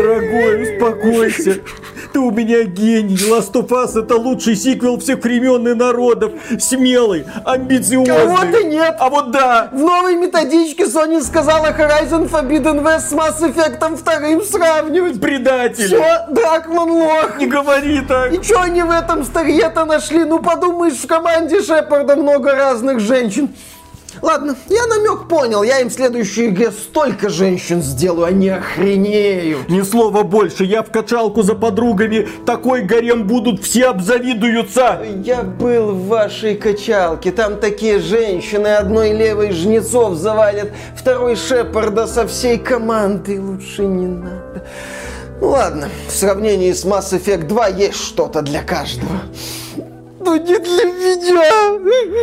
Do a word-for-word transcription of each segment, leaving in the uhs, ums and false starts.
Дорогой, успокойся. Ты у меня гений. Last of Us — это лучший сиквел всех времен и народов. Смелый, амбициозный. Кого-то нет. А вот да. В новой методичке Sony сказала Horizon Forbidden West с Mass Effect вторым сравнивать. Предатель. Все, Дракман лох. Не говори так. И чё они в этом старье-то нашли? Ну подумаешь, в команде Шепарда много разных женщин. Ладно, я намек понял, я им в следующей игре столько женщин сделаю, они охренеют. Ни слова больше, я в качалку за подругами, такой гарем будут, все обзавидуются. Я был в вашей качалке, там такие женщины, одной левой жнецов завалят, второй Шепарда со всей командой, лучше не надо. Ну ладно, в сравнении с Mass Effect два есть что-то для каждого. Но не для меня.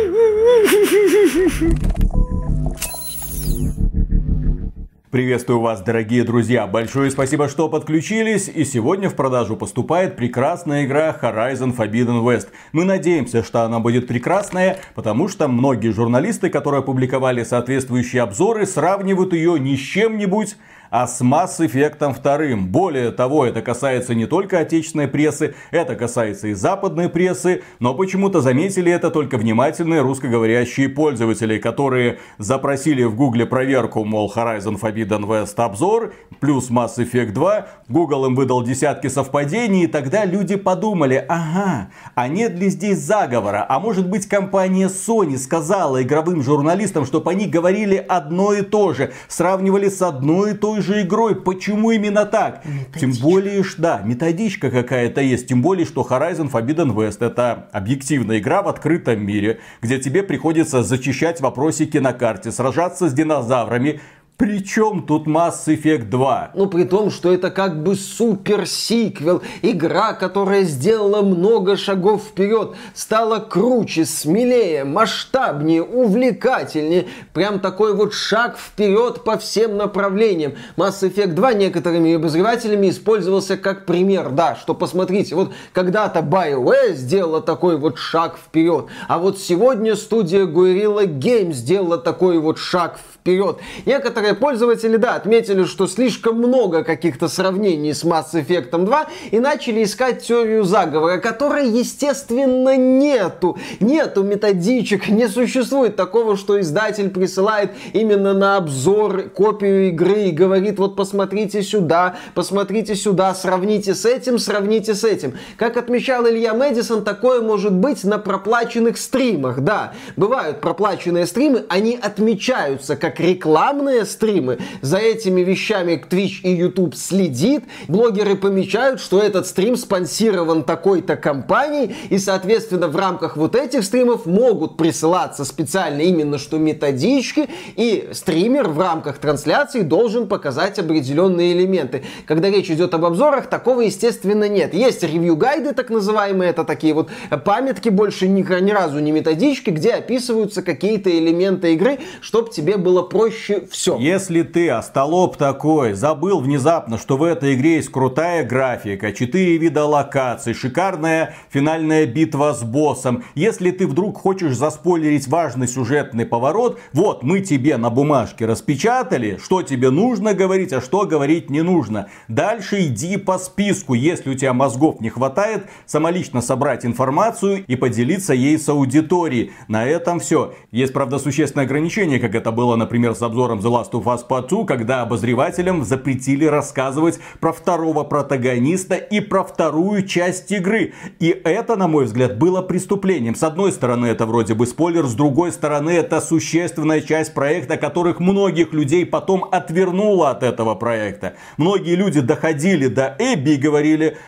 Приветствую вас, дорогие друзья. Большое спасибо, что подключились. И сегодня в продажу поступает прекрасная игра Horizon Forbidden West. Мы надеемся, что она будет прекрасная, потому что многие журналисты, которые опубликовали соответствующие обзоры, сравнивают ее не с чем-нибудь, а с Mass Effect два. Более того, это касается не только отечественной прессы, это касается и западной прессы, но почему-то заметили это только внимательные русскоговорящие пользователи, которые запросили в Гугле проверку, мол, Horizon Forbidden West обзор, плюс Mass Effect два, Google им выдал десятки совпадений, и тогда люди подумали, ага, а нет ли здесь заговора, а может быть компания Sony сказала игровым журналистам, чтобы они говорили одно и то же, сравнивали с одной и той же игрой. Почему именно так? Методичка. Тем более, что да, методичка какая-то есть. Тем более, что Horizon Forbidden West — это объективная игра в открытом мире, где тебе приходится зачищать вопросики на карте, сражаться с динозаврами. Причем тут Mass Effect два? Ну, при том, что это как бы супер-сиквел. Игра, которая сделала много шагов вперед, стала круче, смелее, масштабнее, увлекательнее. Прям такой вот шаг вперед по всем направлениям. Mass Effect два некоторыми обозревателями использовался как пример. Да, что посмотрите, вот когда-то BioWare сделала такой вот шаг вперед. А вот сегодня студия Guerrilla Games сделала такой вот шаг вперед. Некоторые пользователи, да, отметили, что слишком много каких-то сравнений с Mass Effect два и начали искать теорию заговора, которой, естественно, нету. Нету методичек, не существует такого, что издатель присылает именно на обзор копию игры и говорит, вот посмотрите сюда, посмотрите сюда, сравните с этим, сравните с этим. Как отмечал Илья Мэдисон, такое может быть на проплаченных стримах, да. Бывают проплаченные стримы, они отмечаются как рекламные стримы. За этими вещами Twitch и YouTube следит. Блогеры помечают, что этот стрим спонсирован такой-то компанией. И, соответственно, в рамках вот этих стримов могут присылаться специально именно что методички. И стример в рамках трансляции должен показать определенные элементы. Когда речь идет об обзорах, такого, естественно, нет. Есть ревью-гайды, так называемые. Это такие вот памятки, больше ни, ни разу не методички, где описываются какие-то элементы игры, чтобы тебе было проще все. Если ты, остолоп такой, забыл внезапно, что в этой игре есть крутая графика, четыре вида локаций, шикарная финальная битва с боссом, если ты вдруг хочешь заспойлерить важный сюжетный поворот, вот мы тебе на бумажке распечатали, что тебе нужно говорить, а что говорить не нужно. Дальше иди по списку, если у тебя мозгов не хватает, самолично собрать информацию и поделиться ей с аудиторией. На этом все. Есть, правда, существенное ограничение, как это было, например, с обзором The Last of Us Part два, когда обозревателям запретили рассказывать про второго протагониста и про вторую часть игры. И это, на мой взгляд, было преступлением. С одной стороны, это вроде бы спойлер, с другой стороны, это существенная часть проекта, которых многих людей потом отвернуло от этого проекта. Многие люди доходили до Эбби и говорили: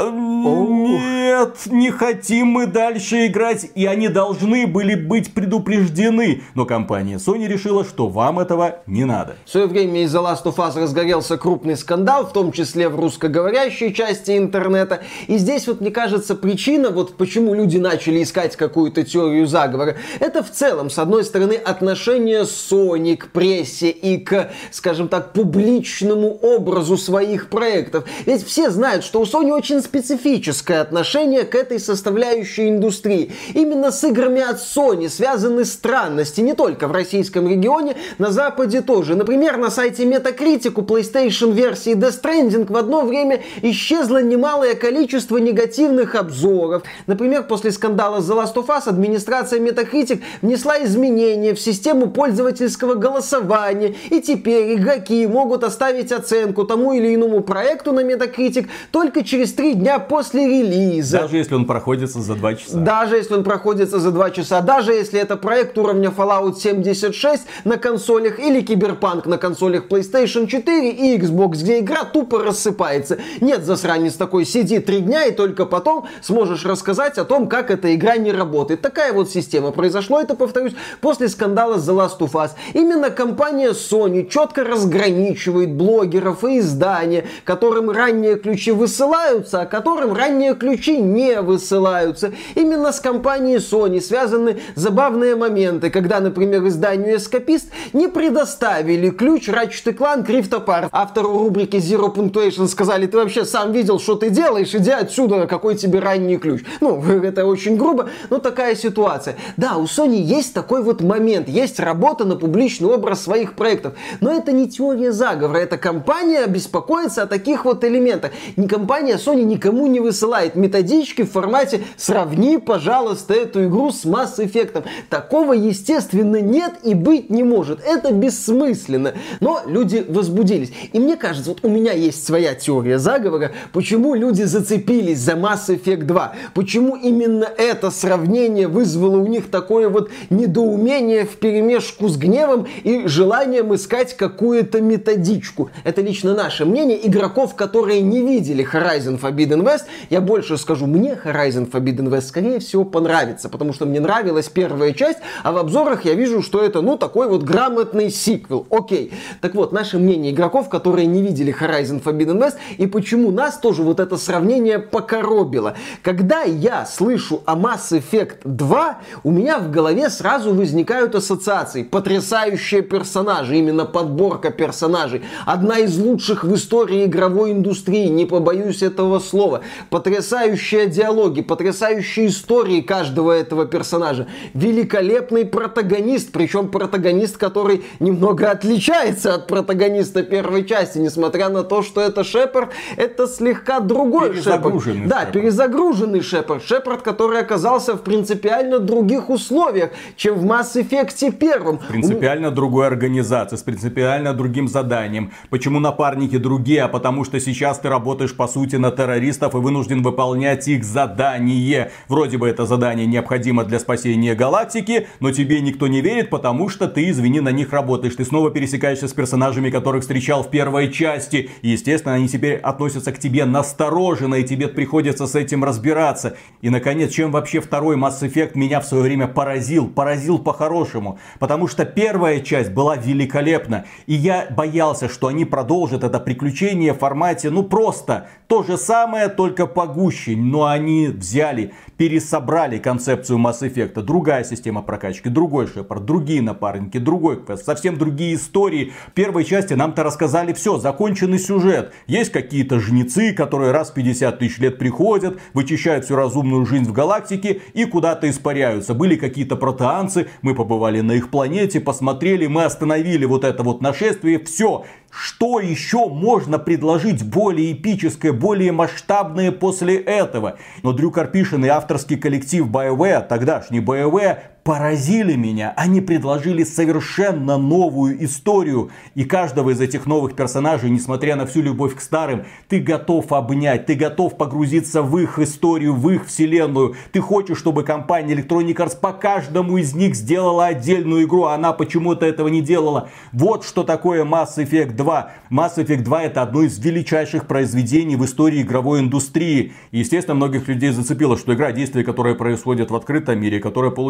нет, не хотим мы дальше играть, и они должны были быть предупреждены. Но компания Sony решила, что вам этого не надо. В свое время из-за Last of Us разгорелся крупный скандал, в том числе в русскоговорящей части интернета. И здесь вот, мне кажется, причина, вот почему люди начали искать какую-то теорию заговора, это в целом, с одной стороны, отношение Sony к прессе и к, скажем так, публичному образу своих проектов. Ведь все знают, что у Sony очень специфическое отношение к этой составляющей индустрии. Именно с играми от Sony связаны странности не только в российском регионе, на Западе тоже. Например, на сайте Metacritic у PlayStation версии Death Stranding в одно время исчезло немалое количество негативных обзоров. Например, после скандала с The Last of Us администрация Metacritic внесла изменения в систему пользовательского голосования, и теперь игроки могут оставить оценку тому или иному проекту на Metacritic только через три дня после релиза. Даже если он проходится за два часа. Даже если он проходится за два часа. Даже если это проект уровня Fallout семьдесят шесть на консолях или Киберпанк на консолях PlayStation четыре и Xbox, где игра тупо рассыпается. Нет, засранец такой, сиди три дня и только потом сможешь рассказать о том, как эта игра не работает. Такая вот система. Произошло это, повторюсь, после скандала с The Last of Us. Именно компания Sony четко разграничивает блогеров и издания, которым ранние ключи высылаются, а которым ранние ключи не высылаются. Именно с компанией Sony связаны забавные моменты, когда, например, изданию Escapist не предоставили ключ Ratchet Clank Rift Apart. Автору рубрики Zero Punctuation сказали: ты вообще сам видел, что ты делаешь, иди отсюда, какой тебе ранний ключ. Ну, это очень грубо, но такая ситуация. Да, у Sony есть такой вот момент, есть работа на публичный образ своих проектов, но это не теория заговора, эта компания беспокоится о таких вот элементах. Компания Sony никому не высылает методички в формате «сравни, пожалуйста, эту игру с Mass Effect». Такого, естественно, нет и быть не может. Это бессмысленно. Но люди возбудились. И мне кажется, вот у меня есть своя теория заговора, почему люди зацепились за Mass Effect два. Почему именно это сравнение вызвало у них такое вот недоумение вперемешку с гневом и желанием искать какую-то методичку. Это лично наше мнение, игроков, которые не видели Horizon Forbidden West. Я больше скажу, мне Horizon Forbidden West скорее всего понравится, потому что мне нравилась первая часть, а в обзорах я вижу, что это, ну, такой вот грамотный сиквел. Окей. Так вот, наше мнение игроков, которые не видели Horizon Forbidden West, и почему нас тоже вот это сравнение покоробило. Когда я слышу о Mass Effect два, у меня в голове сразу возникают ассоциации. Потрясающие персонажи, именно подборка персонажей. Одна из лучших в истории игровой индустрии, не побоюсь этого слова. Потрясающие диалоги, потрясающие истории каждого этого персонажа. Великолепный протагонист, причем протагонист, который немного отличается от протагониста первой части, несмотря на то, что это Шепард, это слегка другой Шепард. Да, Шепард. Перезагруженный Шепард. Шепард, который оказался в принципиально других условиях, чем в Mass Effect первом. Принципиально другой организации, с принципиально другим заданием. Почему напарники другие? А потому что сейчас ты работаешь по сути на террористов и вынужден выполнять их задание. Вроде бы это задание необходимо для спасения галактики, но тебе никто не верит, потому что ты, извини, на них работаешь. Ты снова пересекаешься с персонажами, которых встречал в первой части. И, естественно, они теперь относятся к тебе настороженно, и тебе приходится с этим разбираться. И, наконец, чем вообще второй Mass Effect меня в свое время поразил? Поразил по-хорошему. Потому что первая часть была великолепна. И я боялся, что они продолжат это приключение в формате, ну, просто то же самое, только погуще. Но они взяли, пересобрали концепцию Mass Effect. Другая система прокачки, другой Шепард, другие напарники, другой квест, совсем другие истории. В первой части нам-то рассказали все, законченный сюжет. Есть какие-то жнецы, которые раз в пятьдесят тысяч лет приходят, вычищают всю разумную жизнь в галактике и куда-то испаряются. Были какие-то протеанцы, мы побывали на их планете, посмотрели, мы остановили вот это вот нашествие, все. Что еще можно предложить более эпическое, более масштабное после этого? Но Дрю Карпишин и авторский коллектив BioWare, тогдашний BioWare, поразили меня. Они предложили совершенно новую историю. И каждого из этих новых персонажей, несмотря на всю любовь к старым, ты готов обнять, ты готов погрузиться в их историю, в их вселенную. Ты хочешь, чтобы компания Electronic Arts по каждому из них сделала отдельную игру, а она почему-то этого не делала. Вот что такое Mass Effect два. Mass Effect два это одно из величайших произведений в истории игровой индустрии. И, естественно, многих людей зацепило, что игра, действие, которое происходит в открытом мире, которая получила логическую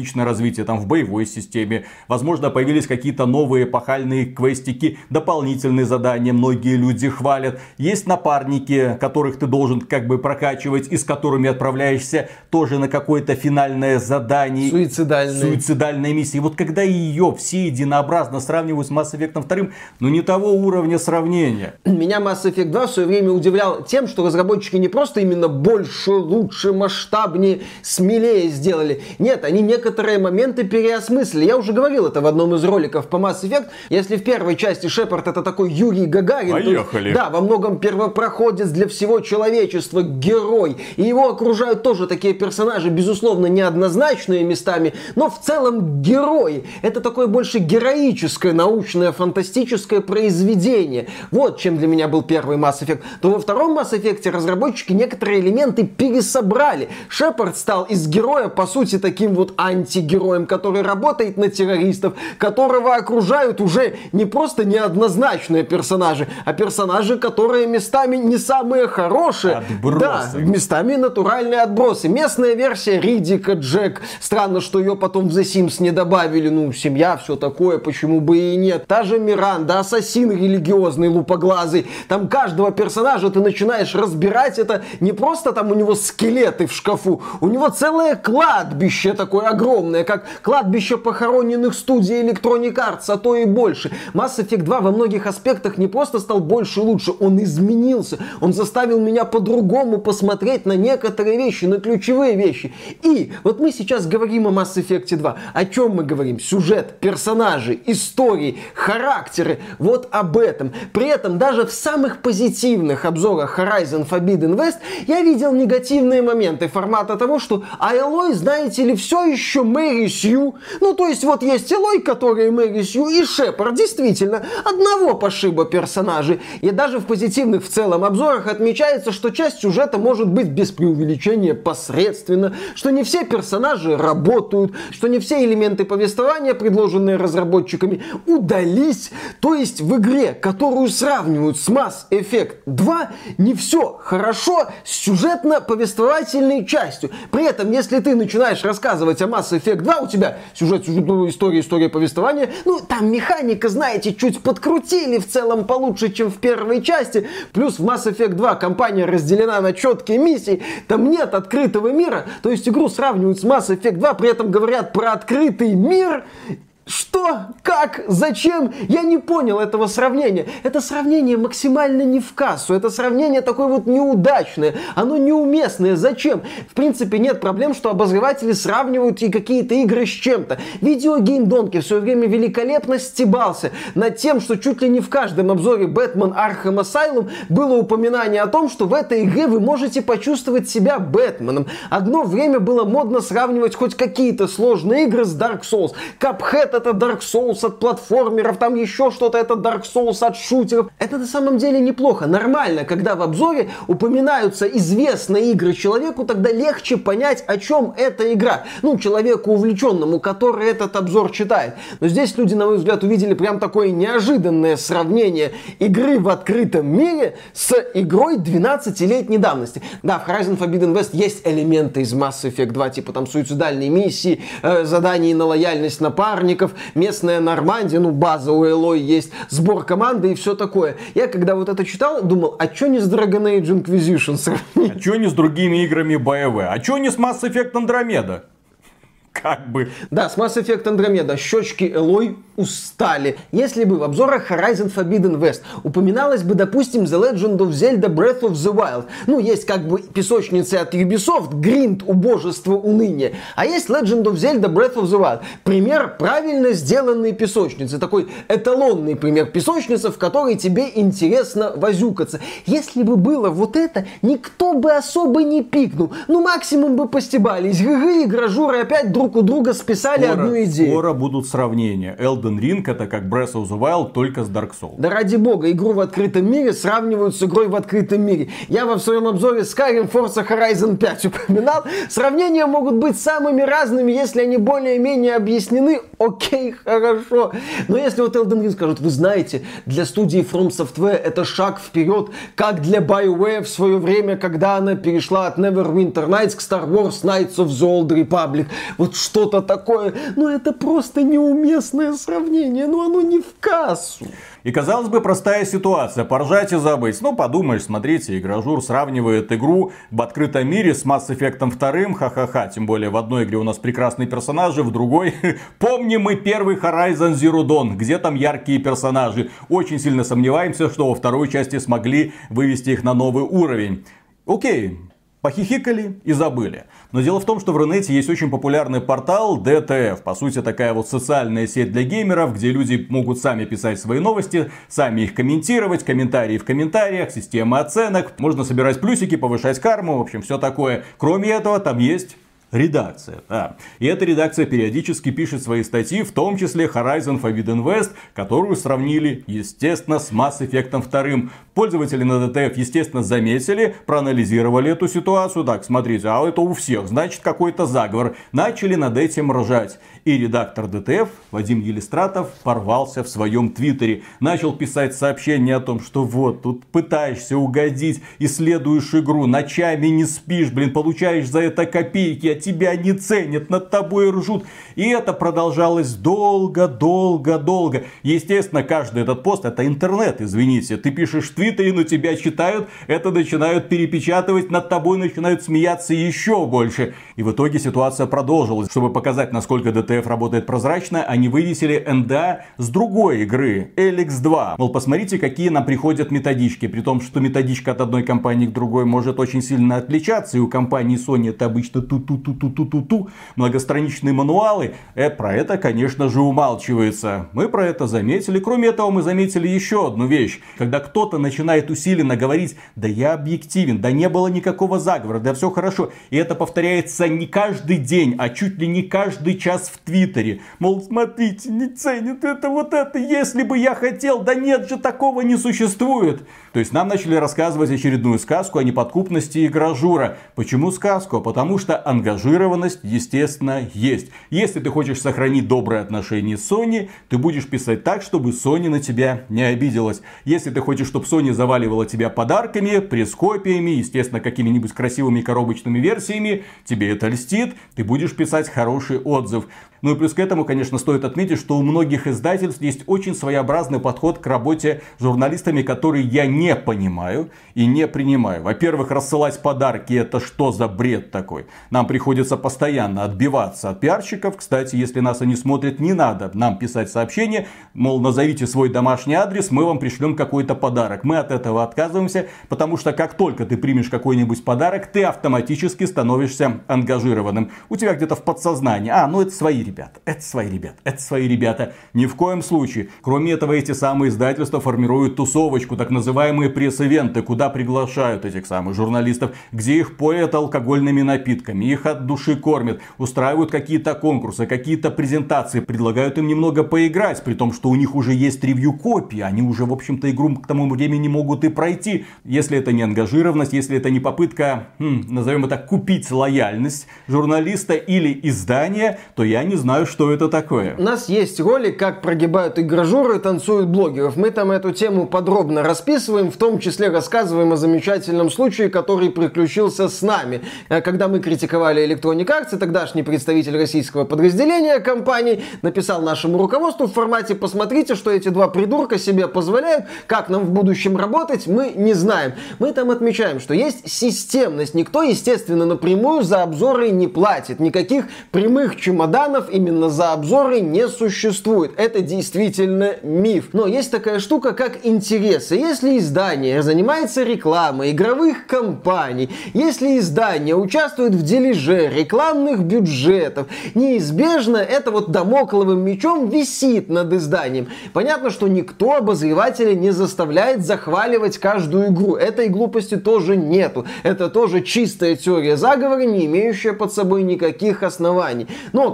логичное развитие там в боевой системе. Возможно, появились какие-то новые эпохальные квестики, дополнительные задания многие люди хвалят. Есть напарники, которых ты должен как бы прокачивать и с которыми отправляешься тоже на какое-то финальное задание. Суицидальные. Суицидальная миссия. И вот когда ее все единообразно сравнивают с Mass Effect два, ну не того уровня сравнения. Меня Mass Effect два в свое время удивлял тем, что разработчики не просто именно больше, лучше, масштабнее, смелее сделали. Нет, они некоторые моменты переосмыслили. Я уже говорил это в одном из роликов по Mass Effect. Если в первой части Шепард это такой Юрий Гагарин. Поехали. То, да, во многом первопроходец для всего человечества, герой. И его окружают тоже такие персонажи, безусловно, неоднозначные местами, но в целом герои. Это такое больше героическое, научное, фантастическое произведение. Вот чем для меня был первый Mass Effect. То во втором Mass Effect разработчики некоторые элементы пересобрали. Шепард стал из героя, по сути, таким вот антигероем, который работает на террористов, которого окружают уже не просто неоднозначные персонажи, а персонажи, которые местами не самые хорошие. Отбросы. Да, местами натуральные отбросы. Местная версия Риддика Джек. Странно, что ее потом в The Sims не добавили. Ну, семья, все такое, почему бы и нет. Та же Миранда, ассасин религиозный, лупоглазый. Там каждого персонажа ты начинаешь разбирать. Это не просто там у него скелеты в шкафу. У него целое кладбище такое огромное, как кладбище похороненных студий Electronic Arts, а то и больше. Mass Effect два во многих аспектах не просто стал больше и лучше, он изменился. Он заставил меня по-другому посмотреть на некоторые вещи, на ключевые вещи. И вот мы сейчас говорим о Mass Effect два. О чем мы говорим? Сюжет, персонажи, истории, характеры. Вот об этом. При этом даже в самых позитивных обзорах Horizon Forbidden West я видел негативные моменты формата того, что а Элой, знаете ли, все еще Мэри Сью. Ну, то есть вот есть Элой, который Мэри Сью, и Шепард. Действительно, одного пошиба персонажей. И даже в позитивных в целом обзорах отмечается, что часть сюжета может быть без преувеличения посредственно, что не все персонажи работают, что не все элементы повествования, предложенные разработчиками, удались. То есть в игре, которую сравнивают с Mass Effect два, не все хорошо с сюжетно-повествовательной частью. При этом, если ты начинаешь рассказывать о Mass Effect два, у тебя сюжет, сюжет, история, история повествования, ну, там механика, знаете, чуть подкрутили в целом получше, чем в первой части. Плюс в Mass Effect два компания разделена на четкие миссии, там нет открытого мира. То есть игру сравнивают с Mass Effect два, при этом говорят про открытый мир. Что? Как? Зачем? Я не понял этого сравнения. Это сравнение максимально не в кассу. Это сравнение такое вот неудачное. Оно неуместное. Зачем? В принципе, нет проблем, что обозреватели сравнивают и какие-то игры с чем-то. Видеогейм Донки в свое время великолепно стебался над тем, что чуть ли не в каждом обзоре Batman Arkham Asylum было упоминание о том, что в этой игре вы можете почувствовать себя Бэтменом. Одно время было модно сравнивать хоть какие-то сложные игры с Dark Souls. Cuphead — это Dark Souls от платформеров, там еще что-то, это Dark Souls от шутеров. Это на самом деле неплохо, нормально, когда в обзоре упоминаются известные игры человеку, тогда легче понять, о чем эта игра. Ну, человеку увлеченному, который этот обзор читает. Но здесь люди, на мой взгляд, увидели прям такое неожиданное сравнение игры в открытом мире с игрой двенадцатилетней давности. Да, в Horizon Forbidden West есть элементы из Mass Effect два, типа там суицидальные миссии, э, задания на лояльность напарников, местная Нормандия, ну база у Элой есть, сбор команды и все такое. Я когда вот это читал, думал, а чё не с Dragon Age Inquisition сравнить? А чё не с другими играми BioWare? А чё не с Mass Effect Andromeda? Как бы. Да, с Mass Effect Andromeda щечки Элой устали. Если бы в обзорах Horizon Forbidden West упоминалось бы, допустим, The Legend of Zelda Breath of the Wild, ну, есть как бы песочницы от Ubisoft, гринд, убожество, уныние, а есть Legend of Zelda Breath of the Wild. Пример правильно сделанной песочницы. Такой эталонный пример песочницы, в которой тебе интересно возюкаться. Если бы было вот это, никто бы особо не пикнул. Ну, максимум бы постебались. Гы-гы и гражуры опять друг у друга списали скоро, одну идею. Скоро будут сравнения. Elden Ring — это как Breath of the Wild, только с Dark Souls. Да ради бога, игру в открытом мире сравнивают с игрой в открытом мире. Я во своем обзоре Skyrim Forza Horizon пять упоминал. Сравнения могут быть самыми разными, если они более-менее объяснены. Окей, хорошо. Но если вот Elden Ring скажут, вы знаете, для студии From Software это шаг вперед, как для BioWare в свое время, когда она перешла от Neverwinter Nights к Star Wars Knights of the Old Republic. Вот вот что-то такое. Но это просто неуместное сравнение, но оно не в кассу. И, казалось бы, простая ситуация, поржать и забыть. Ну, подумаешь, смотрите, Игражур сравнивает игру в открытом мире с Mass Effect два, ха-ха-ха. Тем более, в одной игре у нас прекрасные персонажи, в другой... Помним мы первый Horizon Zero Dawn, где там яркие персонажи. Очень сильно сомневаемся, что во второй части смогли вывести их на новый уровень. Окей. Похихикали и забыли. Но дело в том, что в Рунете есть очень популярный портал ди ти эф. По сути, такая вот социальная сеть для геймеров, где люди могут сами писать свои новости, сами их комментировать, комментарии в комментариях, система оценок. Можно собирать плюсики, повышать карму, в общем, все такое. Кроме этого, там есть... редакция, да. И эта редакция периодически пишет свои статьи, в том числе Horizon Forbidden West, которую сравнили, естественно, с Mass Effect два. Пользователи на ди ти эф, естественно, заметили, проанализировали эту ситуацию. Так, смотрите, а это у всех, значит, какой-то заговор. Начали над этим ржать. И редактор ди ти эф, Вадим Елистратов, порвался в своем твиттере. Начал писать сообщения о том, что вот, тут пытаешься угодить, исследуешь игру, ночами не спишь, блин, получаешь за это копейки, а тебя не ценят, над тобой ржут. И это продолжалось долго, долго, долго. Естественно, каждый этот пост, это интернет, извините. Ты пишешь в твиттере, но тебя читают, это начинают перепечатывать, над тобой начинают смеяться еще больше. И в итоге ситуация продолжилась. Чтобы показать, насколько ди ти эф работает прозрачно, они вывесили эн ди эй с другой игры, Эликс два. Мол, посмотрите, какие нам приходят методички. При том, что методичка от одной компании к другой может очень сильно отличаться. И у компании Sony это обычно ту-ту-ту-ту-ту-ту-ту. Многостраничные мануалы. Э, про это, конечно же, умалчивается. Мы про это заметили. Кроме этого, мы заметили еще одну вещь. Когда кто-то начинает усиленно говорить: да я объективен, да не было никакого заговора, да все хорошо. И это повторяется не каждый день, а чуть ли не каждый час в Твиттере. Мол, смотрите, не ценят это вот это, если бы я хотел, да нет же, такого не существует. То есть нам начали рассказывать очередную сказку о неподкупности Игражура. Почему сказку? Потому что ангажированность, естественно, есть. Если ты хочешь сохранить добрые отношения с Sony, ты будешь писать так, чтобы Sony на тебя не обиделась. Если ты хочешь, чтобы Sony заваливала тебя подарками, пресс-копиями, естественно, какими-нибудь красивыми коробочными версиями, тебе это льстит, ты будешь писать хороший отзыв. Ну и плюс к этому, конечно, стоит отметить, что у многих издательств есть очень своеобразный подход к работе с журналистами, который я не понимаю и не принимаю. Во-первых, рассылать подарки — это что за бред такой? Нам приходится постоянно отбиваться от пиарщиков. Кстати, если нас они смотрят, не надо нам писать сообщение, мол, назовите свой домашний адрес, мы вам пришлем какой-то подарок. Мы от этого отказываемся, потому что как только ты примешь какой-нибудь подарок, ты автоматически становишься ангажированным. У тебя где-то в подсознании: а, ну это свои ребята, это свои ребята, это свои ребята. Ни в коем случае. Кроме этого, эти самые издательства формируют тусовочку, так называемые пресс-ивенты, куда приглашают этих самых журналистов, где их поят алкогольными напитками, их от души кормят, устраивают какие-то конкурсы, какие-то презентации, предлагают им немного поиграть, при том, что у них уже есть ревью-копии, они уже, в общем-то, игру к тому времени могут и пройти. Если это не ангажированность, если это не попытка, хм, назовем это, купить лояльность журналиста или издания, то я не знаю, что это такое. У нас есть ролик, как прогибают игражуры и танцуют блогеров. Мы там эту тему подробно расписываем, в том числе рассказываем о замечательном случае, который приключился с нами. Когда мы критиковали Electronic Arts, тогдашний представитель российского подразделения компании написал нашему руководству в формате: посмотрите, что эти два придурка себе позволяют, как нам в будущем работать, мы не знаем. Мы там отмечаем, что есть системность. Никто, естественно, напрямую за обзоры не платит. Никаких прямых чемоданов именно за обзоры не существует. Это действительно миф. Но есть такая штука, как интересы. Если издание занимается рекламой игровых компаний, если издание участвует в дележе рекламных бюджетов, неизбежно это вот дамокловым мечом висит над изданием. Понятно, что никто обозревателя не заставляет захваливать каждую игру. Этой глупости тоже нету. Это тоже чистая теория заговора, не имеющая под собой никаких оснований. Но, как мы отмечаем,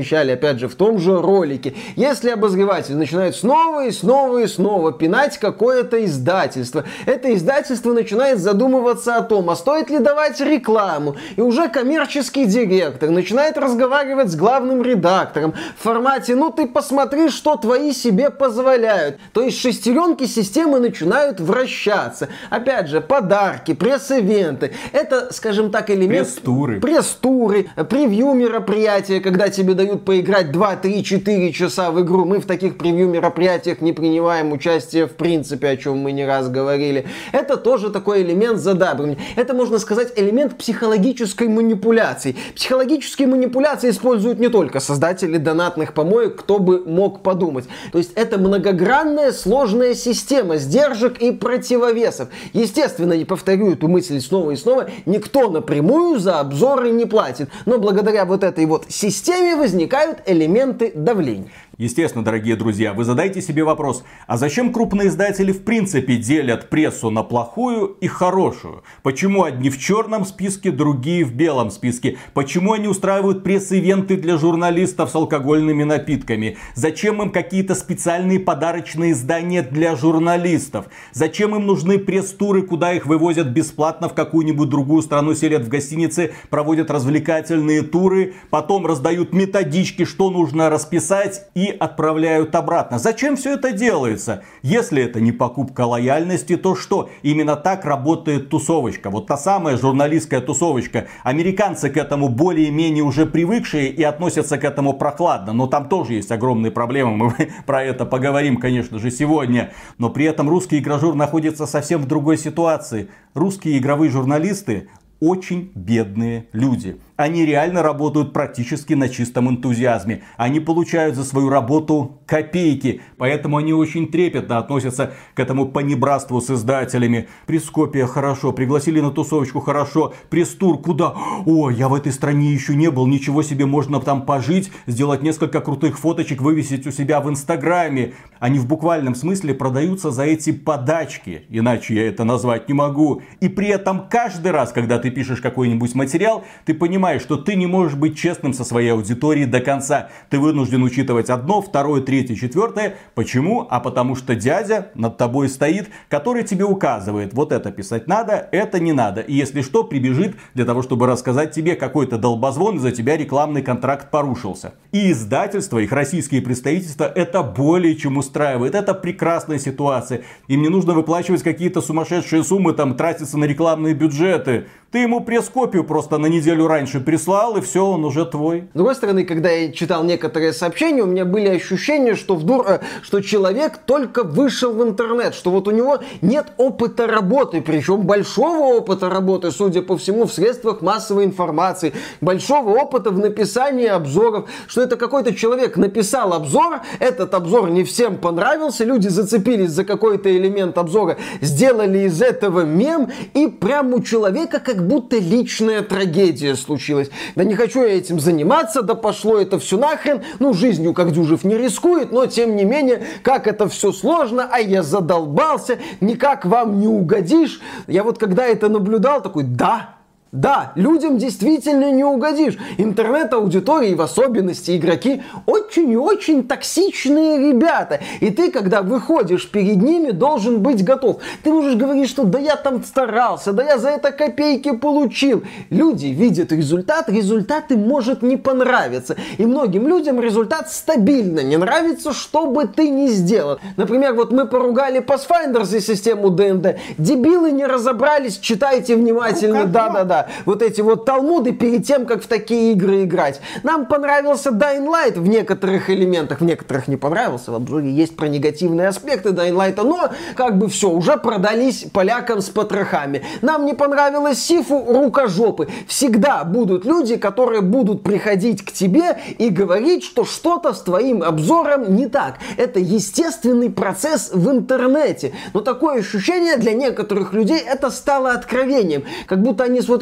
размещали, опять же, в том же ролике. Если обозреватель начинает снова и снова и снова пинать какое-то издательство, это издательство начинает задумываться о том, а стоит ли давать рекламу. И уже коммерческий директор начинает разговаривать с главным редактором в формате: ну ты посмотри, что твои себе позволяют. То есть шестеренки системы начинают вращаться. Опять же, подарки, пресс-ивенты. Это, скажем так, элемент... Пресс-туры. Пресс-туры, превью мероприятия, когда тебе дают поиграть два, три, четыре часа в игру. Мы в таких превью мероприятиях не принимаем участие в принципе, о чем мы не раз говорили. Это тоже такой элемент задабривания. Это, можно сказать, элемент психологической манипуляции. Психологические манипуляции используют не только создатели донатных помоек, кто бы мог подумать. То есть это многогранная, сложная система сдержек и противовесов. Естественно, не повторю эту мысль снова и снова, никто напрямую за обзоры не платит. Но благодаря вот этой вот системе возникают элементы давления. Естественно, дорогие друзья, вы задайте себе вопрос, а зачем крупные издатели в принципе делят прессу на плохую и хорошую? Почему одни в черном списке, другие в белом списке? Почему они устраивают пресс-ивенты для журналистов с алкогольными напитками? Зачем им какие-то специальные подарочные издания для журналистов? Зачем им нужны пресс-туры, куда их вывозят бесплатно в какую-нибудь другую страну, селят в гостинице, проводят развлекательные туры, потом раздают методички, что нужно расписать, и отправляют обратно. Зачем все это делается? Если это не покупка лояльности, то что? Именно так работает тусовочка. Вот та самая журналистская тусовочка. Американцы к этому более-менее уже привыкшие и относятся к этому прохладно. Но там тоже есть огромные проблемы. Мы про это поговорим, конечно же, сегодня. Но при этом русский игрожур находится совсем в другой ситуации. Русские игровые журналисты очень бедные люди. Они реально работают практически на чистом энтузиазме. Они получают за свою работу копейки. Поэтому они очень трепетно относятся к этому понебратству с издателями. Пресс-копия хорошо, пригласили на тусовочку хорошо. Пресс-тур куда? О, я в этой стране еще не был, ничего себе, можно там пожить, сделать несколько крутых фоточек, вывесить у себя в Инстаграме. Они в буквальном смысле продаются за эти подачки. Иначе я это назвать не могу. И при этом каждый раз, когда ты пишешь какой-нибудь материал, ты понимаешь, что ты не можешь быть честным со своей аудиторией до конца. Ты вынужден учитывать одно, второе, третье, четвертое. Почему? А потому что дядя над тобой стоит, который тебе указывает: вот это писать надо, это не надо. И если что, прибежит для того, чтобы рассказать тебе какой-то долбозвон, из-за тебя рекламный контракт порушился. И издательства, их российские представительства это более чем устраивает. Это прекрасная ситуация. Им не нужно выплачивать какие-то сумасшедшие суммы, там тратиться на рекламные бюджеты. Ты ему пресс-копию просто на неделю раньше прислал, и все, он уже твой. С другой стороны, когда я читал некоторые сообщения, у меня были ощущения, что, вдруг, что человек только вышел в интернет, что вот у него нет опыта работы, причем большого опыта работы, судя по всему, в средствах массовой информации, большого опыта в написании обзоров, что это какой-то человек написал обзор, этот обзор не всем понравился, люди зацепились за какой-то элемент обзора, сделали из этого мем, и прям у человека как будто личная трагедия случилась. Да не хочу я этим заниматься, да пошло это все нахрен. Ну, жизнью как Дюжев не рискует, но тем не менее, как это все сложно, а я задолбался, никак вам не угодишь. Я вот когда это наблюдал, такой: да, да, людям действительно не угодишь. Интернет-аудитории, в особенности игроки, очень и очень токсичные ребята. И ты, когда выходишь перед ними, должен быть готов. Ты можешь говорить, что да я там старался, да я за это копейки получил. Люди видят результат, результат им может не понравиться. И многим людям результат стабильно не нравится, что бы ты ни сделал. Например, вот мы поругали Pathfinder за систему ди энд ди. Дебилы не разобрались, читайте внимательно. Да-да-да. Вот эти вот талмуды перед тем, как в такие игры играть. Нам понравился Dying Light в некоторых элементах, в некоторых не понравился. В обзоре есть про негативные аспекты Dying Light, но как бы все, уже продались полякам с потрохами. Нам не понравилось Сифу, рукожопы. Всегда будут люди, которые будут приходить к тебе и говорить, что что-то с твоим обзором не так. Это естественный процесс в интернете. Но такое ощущение для некоторых людей это стало откровением. Как будто они с вот этой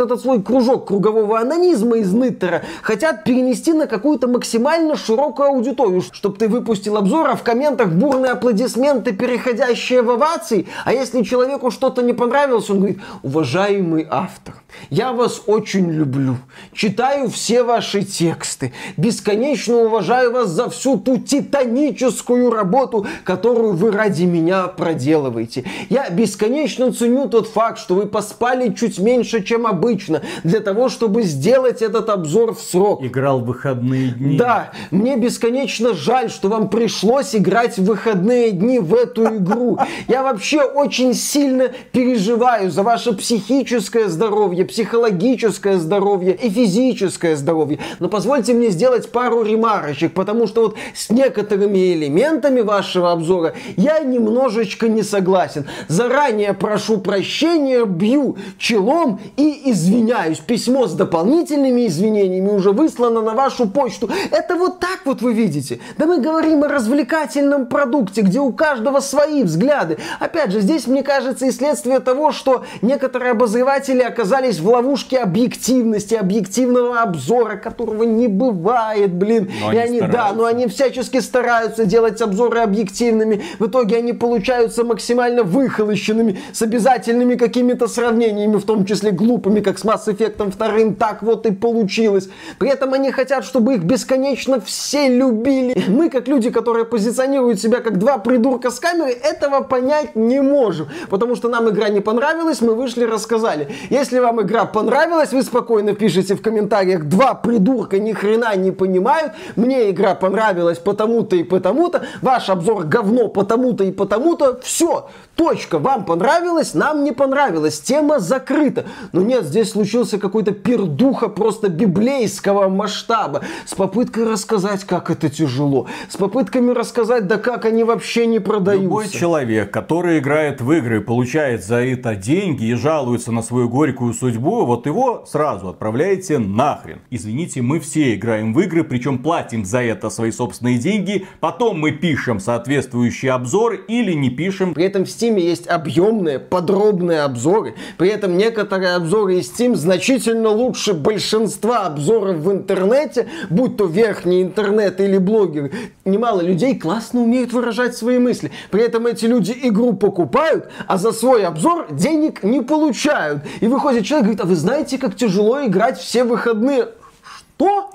этот свой кружок кругового анонизма из Ниттера хотят перенести на какую-то максимально широкую аудиторию, чтобы ты выпустил обзор, а в комментах бурные аплодисменты, переходящие в овации. А если человеку что-то не понравилось, он говорит: уважаемый автор, я вас очень люблю, читаю все ваши тексты, бесконечно уважаю вас за всю ту титаническую работу, которую вы ради меня проделываете. Я бесконечно ценю тот факт, что вы поспали чуть меньше, чем обычно, для того, чтобы сделать этот обзор в срок. Играл в выходные дни. Да, мне бесконечно жаль, что вам пришлось играть в выходные дни в эту игру. Я вообще очень сильно переживаю за ваше психическое здоровье, психологическое здоровье и физическое здоровье. Но позвольте мне сделать пару ремарочек, потому что вот с некоторыми элементами вашего обзора я немножечко не согласен. Заранее прошу прощения, бью челом и извиняюсь. Письмо с дополнительными извинениями уже выслано на вашу почту. Это вот так вот вы видите. Да мы говорим о развлекательном продукте, где у каждого свои взгляды. Опять же, здесь, мне кажется, и следствие того, что некоторые обозреватели оказались в ловушке объективности, объективного обзора, которого не бывает, блин. Но и они, они да, но они всячески стараются делать обзоры объективными. В итоге они получаются максимально выхолощенными, с обязательными какими-то сравнениями, в том числе глупыми, как с Mass Effect вторым. Так вот и получилось. При этом они хотят, чтобы их бесконечно все любили. Мы, как люди, которые позиционируют себя как два придурка с камерой, этого понять не можем. Потому что нам игра не понравилась, мы вышли, рассказали. Если вам игра понравилась, вы спокойно пишите в комментариях: два придурка ни хрена не понимают, мне игра понравилась потому-то и потому-то, ваш обзор говно потому-то и потому-то. Все, точка. Вам понравилось, нам не понравилось. Тема закрыта. Но нет, здесь случился какой-то пердуха просто библейского масштаба. С попыткой рассказать, как это тяжело. С попытками рассказать, да как они вообще не продаются. Любой человек, который играет в игры, получает за это деньги и жалуется на свою горькую судьбу, вот его сразу отправляете нахрен. Извините, мы все играем в игры, причем платим за это свои собственные деньги. Потом мы пишем соответствующий обзор или не пишем. При этом в Steam есть объемные, подробные обзоры. При этом некоторые обзоры из Steam значительно лучше большинства обзоров в интернете, будь то верхний интернет или блогеры. Немало людей классно умеют выражать свои мысли. При этом эти люди игру покупают, а за свой обзор денег не получают. И выходит человек и говорит: а вы знаете, как тяжело играть все выходные? Что?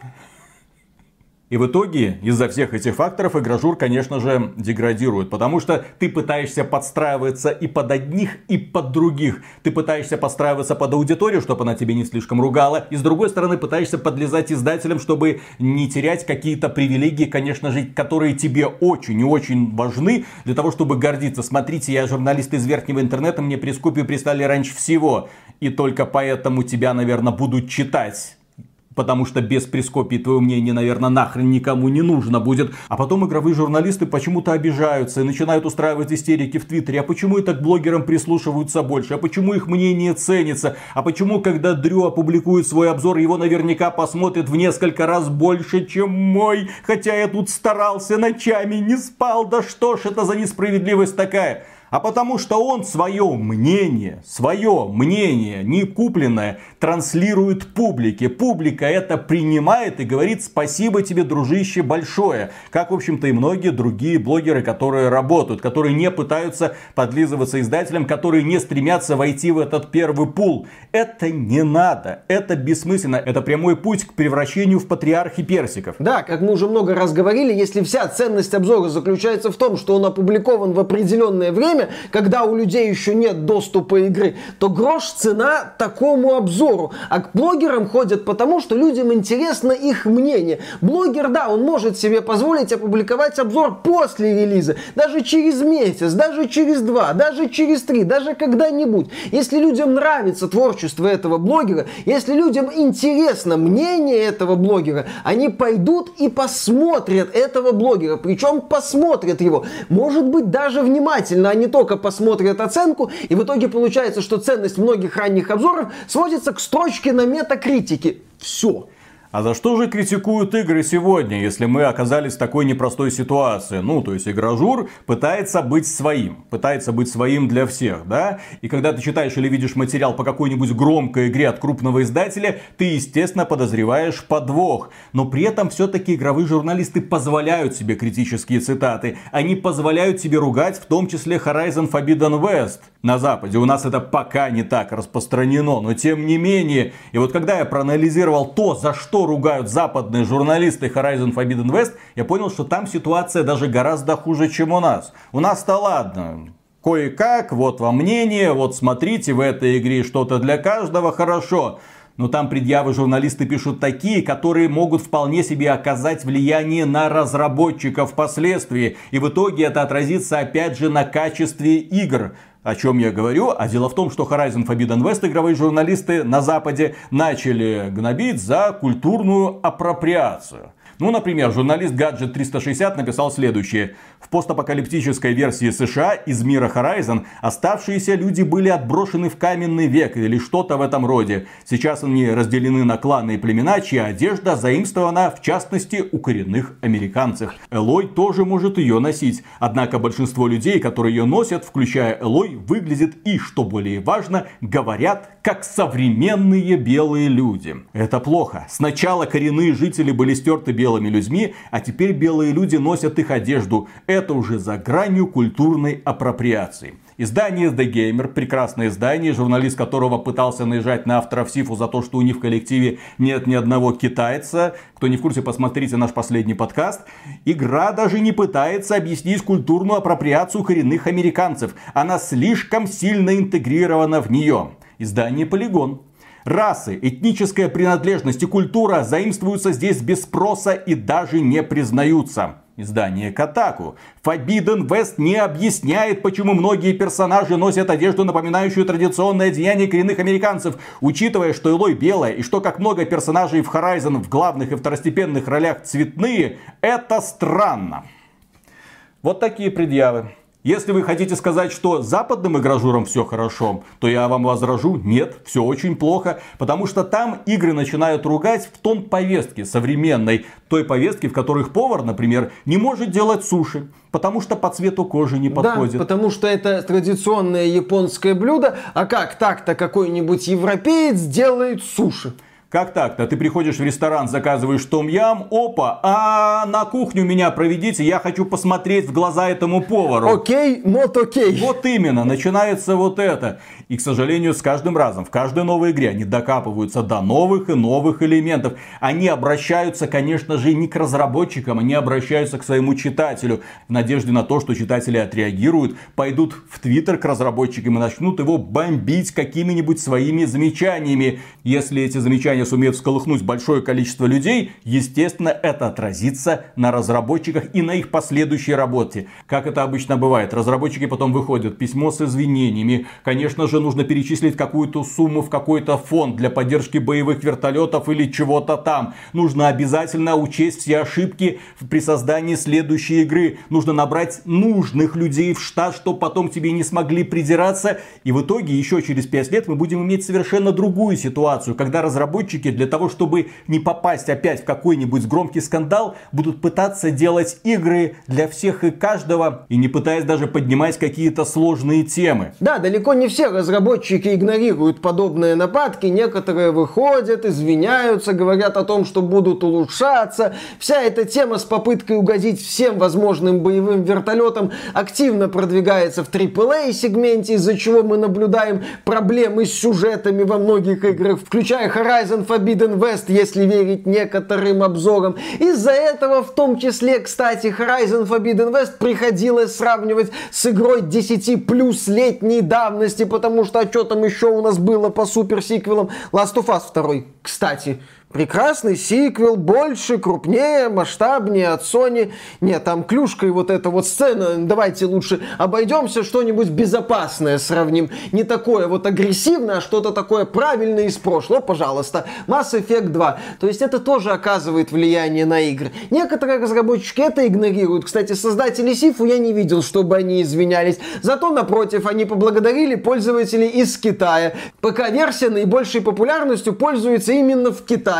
И в итоге, из-за всех этих факторов, игражур, конечно же, деградирует. Потому что ты пытаешься подстраиваться и под одних, и под других. Ты пытаешься подстраиваться под аудиторию, чтобы она тебе не слишком ругала. И с другой стороны, пытаешься подлезать издателям, чтобы не терять какие-то привилегии, конечно же, которые тебе очень и очень важны. Для того, чтобы гордиться. Смотрите, я журналист из верхнего интернета, мне пресс-копию прислали раньше всего. И только поэтому тебя, наверное, будут читать. Потому что без пресс-копии твое мнение, наверное, нахрен никому не нужно будет. А потом игровые журналисты почему-то обижаются и начинают устраивать истерики в Твиттере. А почему это к блогерам прислушиваются больше? А почему их мнение ценится? А почему, когда Дрю опубликует свой обзор, его наверняка посмотрят в несколько раз больше, чем мой? Хотя я тут старался ночами, не спал. Да что ж это за несправедливость такая? А потому что он свое мнение, свое мнение, не купленное, транслирует публике. Публика это принимает и говорит: спасибо тебе, дружище, большое. Как, в общем-то, и многие другие блогеры, которые работают, которые не пытаются подлизываться издателям, которые не стремятся войти в этот первый пул. Это не надо, это бессмысленно, это прямой путь к превращению в патриархи персиков. Да, как мы уже много раз говорили, если вся ценность обзора заключается в том, что он опубликован в определенное время, когда у людей еще нет доступа игры, то грош цена такому обзору. А к блогерам ходят потому, что людям интересно их мнение. Блогер, да, он может себе позволить опубликовать обзор после релиза, даже через месяц, даже через два, даже через три, даже когда-нибудь. Если людям нравится творчество этого блогера, если людям интересно мнение этого блогера, они пойдут и посмотрят этого блогера. Причем посмотрят его. Может быть, даже внимательно, а не только посмотрят оценку, и в итоге получается, что ценность многих ранних обзоров сводится к строчке на метакритике. Все. А за что же критикуют игры сегодня, если мы оказались в такой непростой ситуации? Ну, то есть игражур пытается быть своим, пытается быть своим для всех, да? И когда ты читаешь или видишь материал по какой-нибудь громкой игре от крупного издателя, ты, естественно, подозреваешь подвох. Но при этом все-таки игровые журналисты позволяют себе критические цитаты. Они позволяют себе ругать, в том числе Horizon Forbidden West. На Западе у нас это пока не так распространено, но тем не менее. И вот когда я проанализировал то, за что ругают западные журналисты Horizon Forbidden West, я понял, что там ситуация даже гораздо хуже, чем у нас. У нас-то ладно. Кое-как, вот вам мнение, вот смотрите, в этой игре что-то для каждого, хорошо. Но там предъявы журналисты пишут такие, которые могут вполне себе оказать влияние на разработчиков впоследствии. И в итоге это отразится опять же на качестве игр. О чем я говорю? А дело в том, что Horizon Forbidden West игровые журналисты на Западе начали гнобить за культурную апроприацию. Ну, например, журналист Гаджет триста шестьдесят написал следующее. В постапокалиптической версии США из мира Horizon оставшиеся люди были отброшены в каменный век или что-то в этом роде. Сейчас они разделены на кланы и племена, чья одежда заимствована в частности у коренных американцев. Элой тоже может ее носить. Однако большинство людей, которые ее носят, включая Элой, выглядит и, что более важно, говорят как современные белые люди. Это плохо. Сначала коренные жители были стерты белыми людьми, а теперь белые люди носят их одежду. Это уже за гранью культурной апроприации. Издание The Gamer, прекрасное издание, журналист которого пытался наезжать на авторов Сифу за то, что у них в коллективе нет ни одного китайца. Кто не в курсе, посмотрите наш последний подкаст. Игра даже не пытается объяснить культурную апроприацию коренных американцев. Она слишком сильно интегрирована в нее. Издание Polygon. Расы, этническая принадлежность и культура заимствуются здесь без спроса и даже не признаются. Издание Kotaku. Forbidden West не объясняет, почему многие персонажи носят одежду, напоминающую традиционное одеяние коренных американцев. Учитывая, что Элой белая и что как много персонажей в Horizon в главных и второстепенных ролях цветные, это странно. Вот такие предъявы. Если вы хотите сказать, что западным игражурам все хорошо, то я вам возражу, нет, все очень плохо. Потому что там игры начинают ругать в тон повестки современной. Той повестки, в которых повар, например, не может делать суши. Потому что по цвету кожи не подходит. Да, потому что это традиционное японское блюдо. А как так-то какой-нибудь европеец делает суши? Как так-то? Ты приходишь в ресторан, заказываешь том-ям, опа, а на кухню меня проведите, я хочу посмотреть в глаза этому повару. Окей, not окей. Вот именно, начинается вот это. И, к сожалению, с каждым разом, в каждой новой игре они докапываются до новых и новых элементов. Они обращаются, конечно же, не к разработчикам, они обращаются к своему читателю. В надежде на то, что читатели отреагируют, пойдут в Твиттер к разработчикам и начнут его бомбить какими-нибудь своими замечаниями. Если эти замечания сумеют всколыхнуть большое количество людей, естественно, это отразится на разработчиках и на их последующей работе. Как это обычно бывает, разработчики потом выходят, письмо с извинениями. Конечно же, нужно перечислить какую-то сумму в какой-то фонд для поддержки боевых вертолетов или чего-то там. Нужно обязательно учесть все ошибки при создании следующей игры. Нужно набрать нужных людей в штат, чтобы потом тебе не смогли придираться. И в итоге еще через пять лет мы будем иметь совершенно другую ситуацию, когда разработчики для того, чтобы не попасть опять в какой-нибудь громкий скандал, будут пытаться делать игры для всех и каждого, и не пытаясь даже поднимать какие-то сложные темы. Да, далеко не все разработчики игнорируют подобные нападки. Некоторые выходят, извиняются, говорят о том, что будут улучшаться. Вся эта тема с попыткой угодить всем возможным боевым вертолетам активно продвигается в трипл эй сегменте, из-за чего мы наблюдаем проблемы с сюжетами во многих играх, включая Horizon Forbidden West, если верить некоторым обзорам. Из-за этого, в том числе, кстати, Horizon Forbidden West приходилось сравнивать с игрой десяти плюс летней давности, потому что а что там еще у нас было по суперсиквелам? Last of Us два, кстати. Прекрасный сиквел, больше, крупнее, масштабнее от Sony. Нет, там клюшка и вот эта вот сцена. Давайте лучше обойдемся, что-нибудь безопасное сравним. Не такое вот агрессивное, а что-то такое правильное из прошлого. Пожалуйста, Mass Effect два. То есть это тоже оказывает влияние на игры. Некоторые разработчики это игнорируют. Кстати, создатели Сифу я не видел, чтобы они извинялись. Зато, напротив, они поблагодарили пользователей из Китая. ПК-версия наибольшей популярностью пользуется именно в Китае.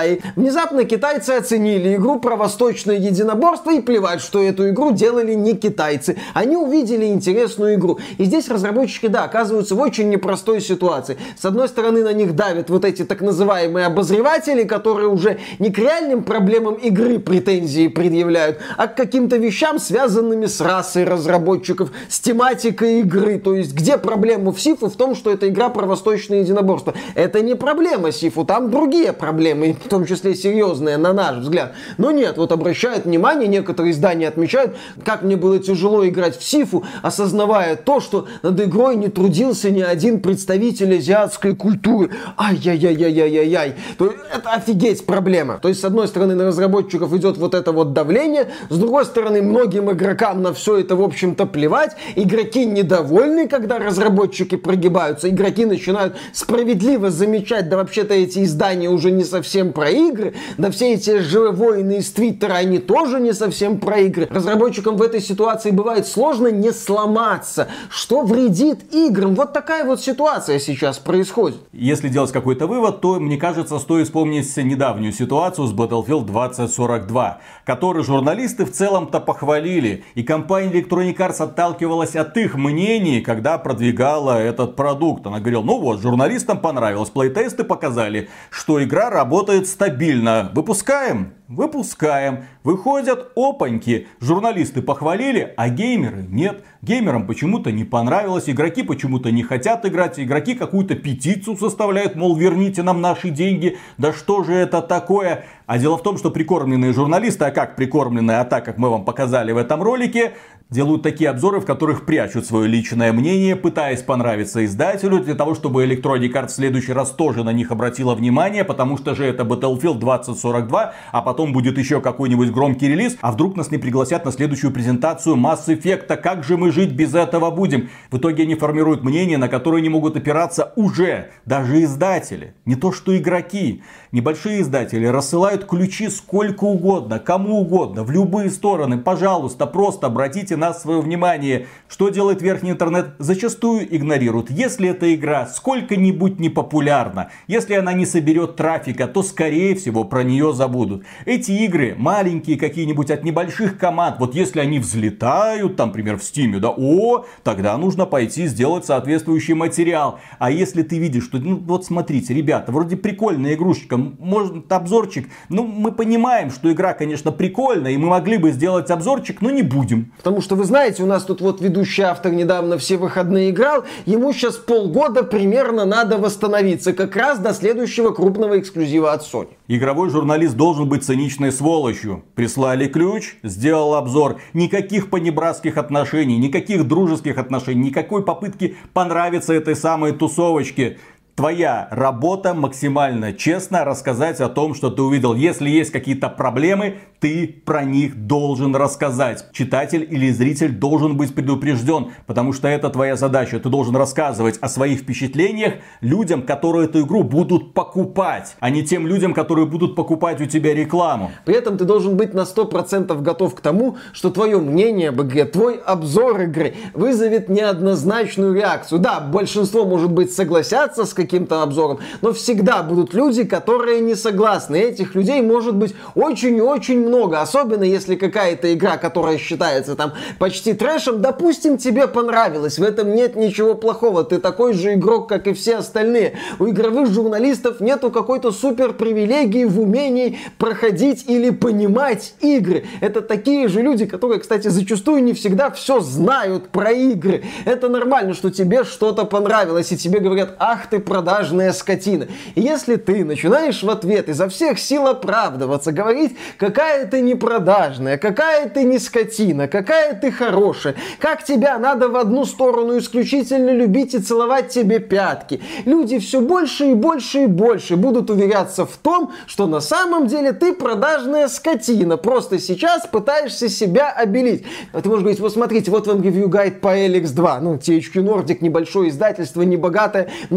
Китае. Внезапно китайцы оценили игру про восточное единоборство и плевать, что эту игру делали не китайцы. Они увидели интересную игру. И здесь разработчики, да, оказываются в очень непростой ситуации. С одной стороны, на них давят вот эти так называемые обозреватели, которые уже не к реальным проблемам игры претензии предъявляют, а к каким-то вещам, связанными с расой разработчиков, с тематикой игры. То есть, где проблема в Сифу? В том, что это игра про восточное единоборство. Это не проблема Сифу, там другие проблемы, в том числе серьезные, на наш взгляд. Но нет, вот обращают внимание, некоторые издания отмечают, как мне было тяжело играть в Сифу, осознавая то, что над игрой не трудился ни один представитель азиатской культуры. Ай-яй-яй-яй-яй-яй. Это офигеть проблема. То есть, с одной стороны, на разработчиков идет вот это вот давление, с другой стороны, многим игрокам на все это, в общем-то, плевать. Игроки недовольны, когда разработчики прогибаются. Игроки начинают справедливо замечать, да вообще-то эти издания уже не совсем про игры, да все эти живовоины из Твиттера, они тоже не совсем про игры. Разработчикам в этой ситуации бывает сложно не сломаться, что вредит играм. Вот такая вот ситуация сейчас происходит. Если делать какой-то вывод, то, мне кажется, стоит вспомнить недавнюю ситуацию с Battlefield двадцать сорок два, который журналисты в целом-то похвалили. И компания Electronic Arts отталкивалась от их мнений, когда продвигала этот продукт. Она говорила, ну вот, журналистам понравилось, плейтесты показали, что игра работает стабильно. Выпускаем? Выпускаем. Выходят, опаньки. Журналисты похвалили, а геймеры нет. Геймерам почему-то не понравилось, игроки почему-то не хотят играть, игроки какую-то петицию составляют, мол, верните нам наши деньги, да что же это такое? А дело в том, что прикормленные журналисты, а как прикормленные, а так, как мы вам показали в этом ролике, делают такие обзоры, в которых прячут свое личное мнение, пытаясь понравиться издателю, для того, чтобы Electronic Arts в следующий раз тоже на них обратила внимание, потому что же это Battlefield двадцать сорок два, а потом будет еще какой-нибудь громкий релиз, а вдруг нас не пригласят на следующую презентацию Mass Effect, как же мы жить без этого будем? В итоге они формируют мнение, на которое не могут опираться уже даже издатели, не то что игроки. Небольшие издатели рассылают ключи сколько угодно, кому угодно, в любые стороны. Пожалуйста, просто обратите на свое внимание. Что делает верхний интернет? Зачастую игнорирует. Если эта игра сколько-нибудь непопулярна, если она не соберет трафика, то скорее всего про нее забудут. Эти игры маленькие какие-нибудь от небольших команд. Вот если они взлетают, там, например, в Steam, да, о, тогда нужно пойти сделать соответствующий материал. А если ты видишь, что, ну вот смотрите, ребята, вроде прикольная игрушечка, может обзорчик, ну мы понимаем, что игра, конечно, прикольная, и мы могли бы сделать обзорчик, но не будем. Потому что, вы знаете, у нас тут вот ведущий автор недавно все выходные играл, ему сейчас полгода примерно надо восстановиться, как раз до следующего крупного эксклюзива от Sony. Игровой журналист должен быть циничной сволочью. Прислали ключ, сделал обзор. Никаких понебратских отношений, никаких дружеских отношений, никакой попытки понравиться этой самой тусовочке. Твоя работа максимально честно рассказать о том, что ты увидел. Если есть какие-то проблемы, ты про них должен рассказать. Читатель или зритель должен быть предупрежден, потому что это твоя задача. Ты должен рассказывать о своих впечатлениях людям, которые эту игру будут покупать, а не тем людям, которые будут покупать у тебя рекламу. При этом ты должен быть на сто процентов готов к тому, что твое мнение об игре, твой обзор игры вызовет неоднозначную реакцию. Да, большинство, может быть, согласятся с каким-то обзором, но всегда будут люди, которые не согласны. Этих людей может быть очень и очень много, особенно если какая-то игра, которая считается там почти трэшем, допустим, тебе понравилась, в этом нет ничего плохого, ты такой же игрок, как и все остальные. У игровых журналистов нету какой-то супер привилегии в умении проходить или понимать игры. Это такие же люди, которые, кстати, зачастую не всегда все знают про игры. Это нормально, что тебе что-то понравилось, и тебе говорят, ах ты продажная скотина. И если ты начинаешь в ответ изо всех сил оправдываться, говорить, какая ты не продажная, какая ты не скотина, какая ты хорошая, как тебя надо в одну сторону исключительно любить и целовать тебе пятки, люди все больше и больше и больше будут уверяться в том, что на самом деле ты продажная скотина, просто сейчас пытаешься себя обелить. А ты можешь говорить, вот смотрите, вот вам ревью-гайд по Эликс два, ну, ти эйч кью Nordic, небольшое издательство, небогатое, внезапно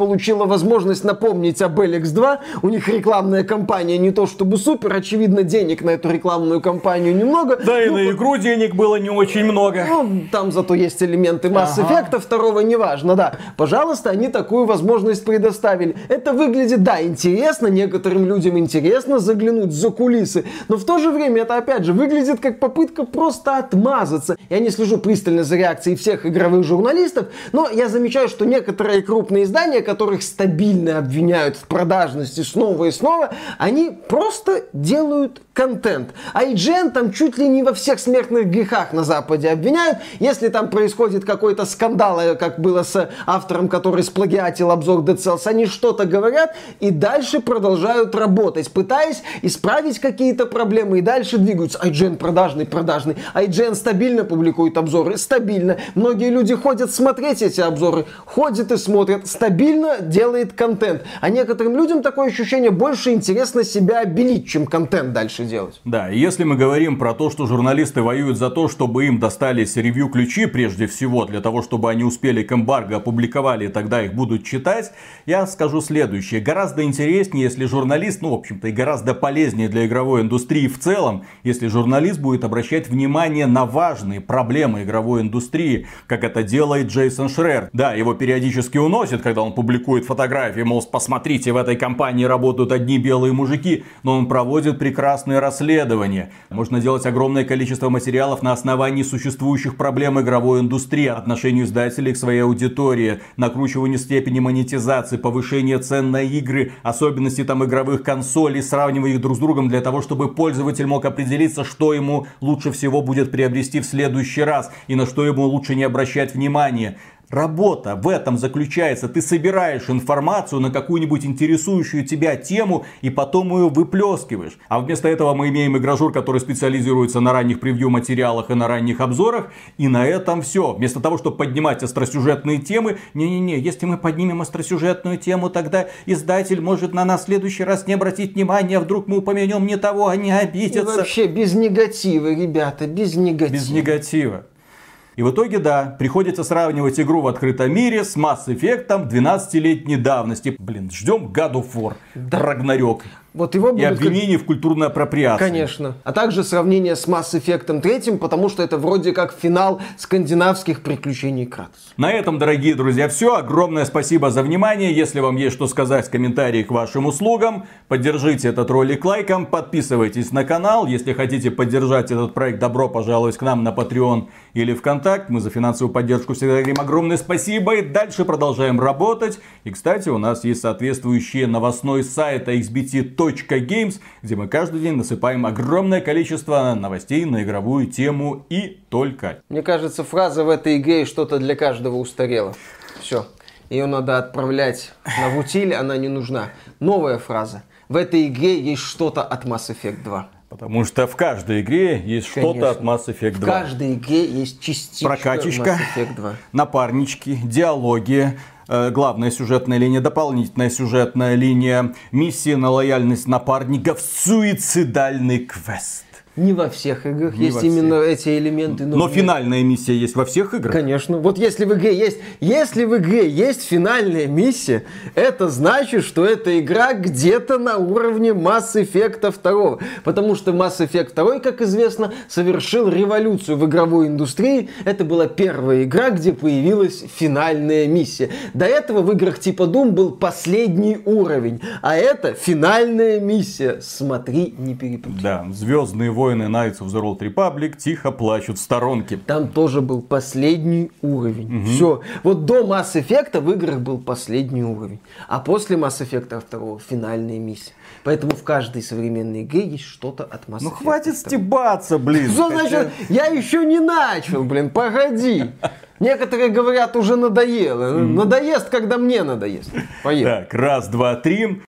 получила возможность напомнить об Эликс два. У них рекламная кампания не то чтобы супер, очевидно, денег на эту рекламную кампанию немного. Да и ну, на игру денег было не очень много. Ну, там зато есть элементы Mass Ага. Effect, второго неважно, да. Пожалуйста, они такую возможность предоставили. Это выглядит, да, интересно, некоторым людям интересно заглянуть за кулисы, но в то же время это, опять же, выглядит как попытка просто отмазаться. Я не слежу пристально за реакцией всех игровых журналистов, но я замечаю, что некоторые крупные издания, которых стабильно обвиняют в продажности снова и снова, они просто делают контент. А ай джи эн там чуть ли не во всех смертных грехах на Западе обвиняют. Если там происходит какой-то скандал, как было с автором, который сплагиатил обзор Dead Cells, они что-то говорят и дальше продолжают работать, пытаясь исправить какие-то проблемы и дальше двигаются. ай джи эн продажный, продажный. ай джи эн стабильно публикует обзоры, стабильно. Многие люди ходят смотреть эти обзоры, ходят и смотрят, стабильно делает контент. А некоторым людям такое ощущение, больше интересно себя обелить, чем контент дальше делать. Да, и если мы говорим про то, что журналисты воюют за то, чтобы им достались ревью-ключи прежде всего, для того, чтобы они успели к эмбарго, опубликовали, и тогда их будут читать, я скажу следующее. Гораздо интереснее, если журналист, ну, в общем-то, и гораздо полезнее для игровой индустрии в целом, если журналист будет обращать внимание на важные проблемы игровой индустрии, как это делает Джейсон Шрер. Да, его периодически уносит, когда он публикует фотографии, мол, посмотрите, в этой компании работают одни белые мужики, но он проводит прекрасные расследования. Можно делать огромное количество материалов на основании существующих проблем игровой индустрии, отношению издателей к своей аудитории, накручиванию степени монетизации, повышение цен на игры, особенности там игровых консолей, сравнивая их друг с другом для того, чтобы пользователь мог определиться, что ему лучше всего будет приобрести в следующий раз и на что ему лучше не обращать внимания. Работа в этом заключается. Ты собираешь информацию на какую-нибудь интересующую тебя тему и потом ее выплескиваешь. А вместо этого мы имеем игражур, который специализируется на ранних превью-материалах и на ранних обзорах. И на этом все. Вместо того, чтобы поднимать остросюжетные темы, не-не-не, если мы поднимем остросюжетную тему, тогда издатель может на нас в следующий раз не обратить внимания, а вдруг мы упомянем не того, они обидятся. И вообще без негатива, ребята, без негатива. Без негатива. И в итоге, да, приходится сравнивать игру в открытом мире с Mass Effect двенадцатилетней давности. Блин, ждем God of War, да. Рагнарёк. Вот его и обвинений как... в культурной апроприации. Конечно. А также сравнение с Mass Effect три, потому что это вроде как финал скандинавских приключений Кратоса. На этом, дорогие друзья, все. Огромное спасибо за внимание. Если вам есть что сказать, комментарии к вашим услугам. Поддержите этот ролик лайком, подписывайтесь на канал. Если хотите поддержать этот проект, добро пожаловать к нам на Patreon или ВКонтакт. Мы за финансовую поддержку всегда говорим огромное спасибо. И дальше продолжаем работать. И, кстати, у нас есть соответствующий новостной сайт икс би ти точка геймс, где мы каждый день насыпаем огромное количество новостей на игровую тему и только. Мне кажется, фраза в этой игре что-то для каждого устарела. Все. Ее надо отправлять на в утиль, она не нужна. Новая фраза. В этой игре есть что-то от Mass Effect два. Потому что в каждой игре есть что-то от Mass Effect два. В каждой игре есть частичка Прокачечка, Mass Effect два. Напарнички, диалоги, э, главная сюжетная линия, дополнительная сюжетная линия, миссии на лояльность напарников, суицидальный квест. Не во всех играх Не есть во именно всех. эти элементы. Но, но финальная миссия есть во всех играх? Конечно. Вот если в игре есть, если в игре есть финальная миссия, это значит, что эта игра где-то на уровне Mass Effect два. Потому что Mass Effect два, как известно, совершил революцию в игровой индустрии. Это была первая игра, где появилась финальная миссия. До этого в играх типа Doom был последний уровень. А это финальная миссия. Смотри, не перепутай. Да, Звездные войны Knights of the Old Republic тихо плачут в сторонке. Там тоже был последний уровень. Угу. Все. Вот до Mass Effect в играх был последний уровень. А после Mass Effect два финальная миссия. Поэтому в каждой современной игре есть что-то от Mass Effect. Ну хватит стебаться, блин. Что значит? Я еще не начал, блин, погоди. Некоторые говорят, уже надоело. Надоест, когда мне надоест. Поехали. Так, раз, два, три.